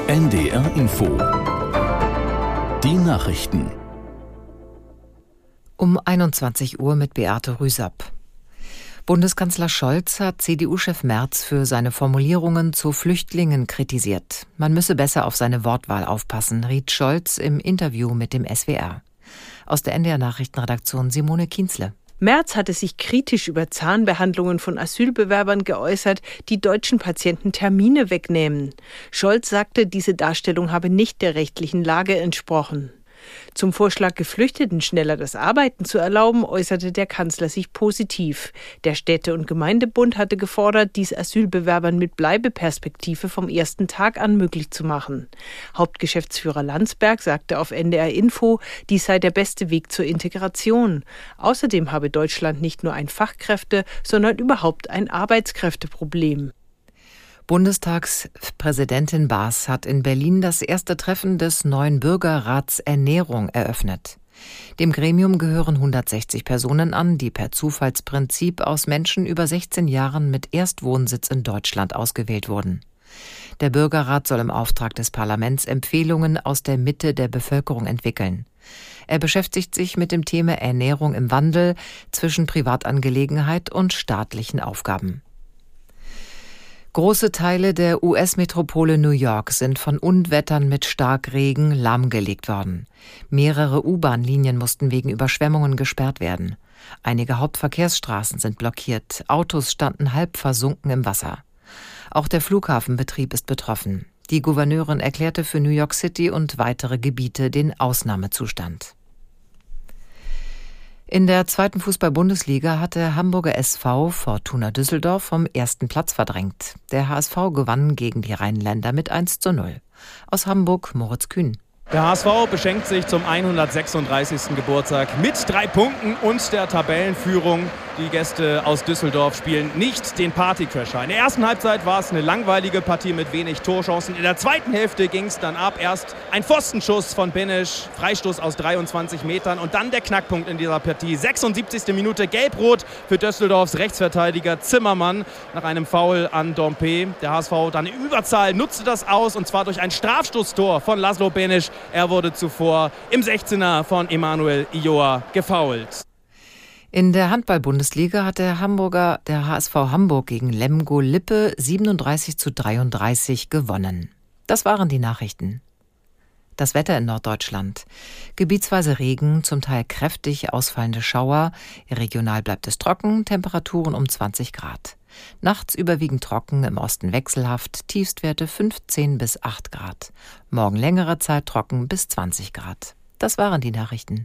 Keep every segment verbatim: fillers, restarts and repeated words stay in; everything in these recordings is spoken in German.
N D R Info. Die Nachrichten. Um einundzwanzig Uhr mit Beate Rüsapp. Bundeskanzler Scholz hat C D U-Chef Merz für seine Formulierungen zu Flüchtlingen kritisiert. Man müsse besser auf seine Wortwahl aufpassen, riet Scholz im Interview mit dem S W R. Aus der N D R-Nachrichtenredaktion Simone Kienzle. Merz hatte sich kritisch über Zahnbehandlungen von Asylbewerbern geäußert, die deutschen Patienten Termine wegnehmen. Scholz sagte, diese Darstellung habe nicht der rechtlichen Lage entsprochen. Zum Vorschlag, Geflüchteten schneller das Arbeiten zu erlauben, äußerte der Kanzler sich positiv. Der Städte- und Gemeindebund hatte gefordert, dies Asylbewerbern mit Bleibeperspektive vom ersten Tag an möglich zu machen. Hauptgeschäftsführer Landsberg sagte auf N D R Info, dies sei der beste Weg zur Integration. Außerdem habe Deutschland nicht nur ein Fachkräfte-, sondern überhaupt ein Arbeitskräfteproblem. Bundestagspräsidentin Baas hat in Berlin das erste Treffen des neuen Bürgerrats Ernährung eröffnet. Dem Gremium gehören hundertsechzig Personen an, die per Zufallsprinzip aus Menschen über sechzehn Jahren mit Erstwohnsitz in Deutschland ausgewählt wurden. Der Bürgerrat soll im Auftrag des Parlaments Empfehlungen aus der Mitte der Bevölkerung entwickeln. Er beschäftigt sich mit dem Thema Ernährung im Wandel zwischen Privatangelegenheit und staatlichen Aufgaben. Große Teile der U S-Metropole New York sind von Unwettern mit Starkregen lahmgelegt worden. Mehrere U-Bahn-Linien mussten wegen Überschwemmungen gesperrt werden. Einige Hauptverkehrsstraßen sind blockiert, Autos standen halb versunken im Wasser. Auch der Flughafenbetrieb ist betroffen. Die Gouverneurin erklärte für New York City und weitere Gebiete den Ausnahmezustand. In der zweiten Fußball-Bundesliga hat der Hamburger S V Fortuna Düsseldorf vom ersten Platz verdrängt. Der H S V gewann gegen die Rheinländer mit eins zu null. Aus Hamburg Moritz Kühn. Der H S V beschenkt sich zum hundertsechsunddreißigsten Geburtstag mit drei Punkten und der Tabellenführung. Die Gäste aus Düsseldorf spielen nicht den Partycrasher. In der ersten Halbzeit war es eine langweilige Partie mit wenig Torchancen. In der zweiten Hälfte ging es dann ab. Erst ein Pfostenschuss von Benisch, Freistoß aus dreiundzwanzig Metern und dann der Knackpunkt in dieser Partie. sechsundsiebzigste Minute, gelb-rot für Düsseldorfs Rechtsverteidiger Zimmermann nach einem Foul an Dompe. Der H S V dann in Überzahl, nutzte das aus und zwar durch ein Strafstoßtor von Laszlo Benisch. Er wurde zuvor im sechzehner von Emanuel Ioa gefoult. In der Handball-Bundesliga hat der Hamburger, der H S V Hamburg gegen Lemgo Lippe siebenunddreißig zu dreiunddreißig gewonnen. Das waren die Nachrichten. Das Wetter in Norddeutschland. Gebietsweise Regen, zum Teil kräftig ausfallende Schauer. Regional bleibt es trocken, Temperaturen um zwanzig Grad. Nachts überwiegend trocken, im Osten wechselhaft, Tiefstwerte fünfzehn bis acht Grad. Morgen längere Zeit trocken bis zwanzig Grad. Das waren die Nachrichten.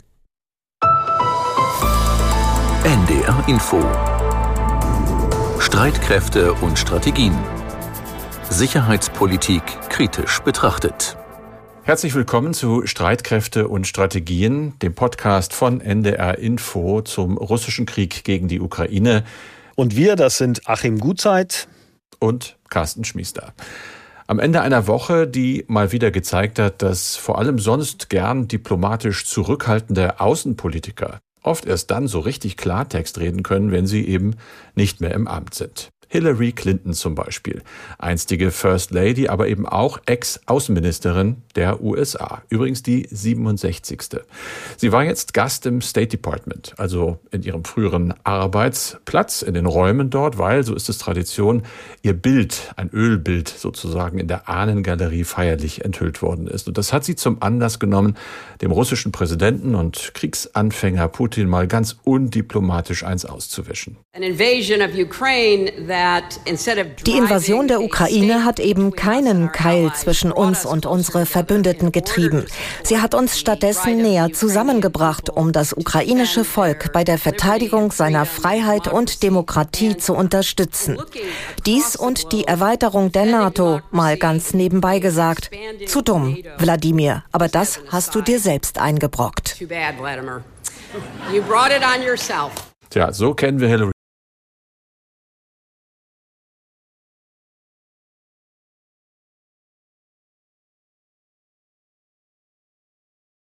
N D R Info. Streitkräfte und Strategien. Sicherheitspolitik kritisch betrachtet. Herzlich willkommen zu Streitkräfte und Strategien, dem Podcast von N D R Info zum russischen Krieg gegen die Ukraine. Und wir, das sind Achim Gutzeit und Carsten Schmiester. Am Ende einer Woche, die mal wieder gezeigt hat, dass vor allem sonst gern diplomatisch zurückhaltende Außenpolitiker oft erst dann so richtig Klartext reden können, wenn sie eben nicht mehr im Amt sind. Hillary Clinton zum Beispiel, einstige First Lady, aber eben auch Ex-Außenministerin der U S A. Übrigens die siebenundsechzigste. Sie war jetzt Gast im State Department, also in ihrem früheren Arbeitsplatz, in den Räumen dort, weil, so ist es Tradition, ihr Bild, ein Ölbild sozusagen, in der Ahnengalerie feierlich enthüllt worden ist. Und das hat sie zum Anlass genommen, dem russischen Präsidenten und Kriegsanfänger Putin mal ganz undiplomatisch eins auszuwischen. An invasion of Ukraine that Die Invasion der Ukraine hat eben keinen Keil zwischen uns und unsere Verbündeten getrieben. Sie hat uns stattdessen näher zusammengebracht, um das ukrainische Volk bei der Verteidigung seiner Freiheit und Demokratie zu unterstützen. Dies und die Erweiterung der NATO, mal ganz nebenbei gesagt. Zu dumm, Wladimir, aber das hast du dir selbst eingebrockt. Tja, so kennen wir Hillary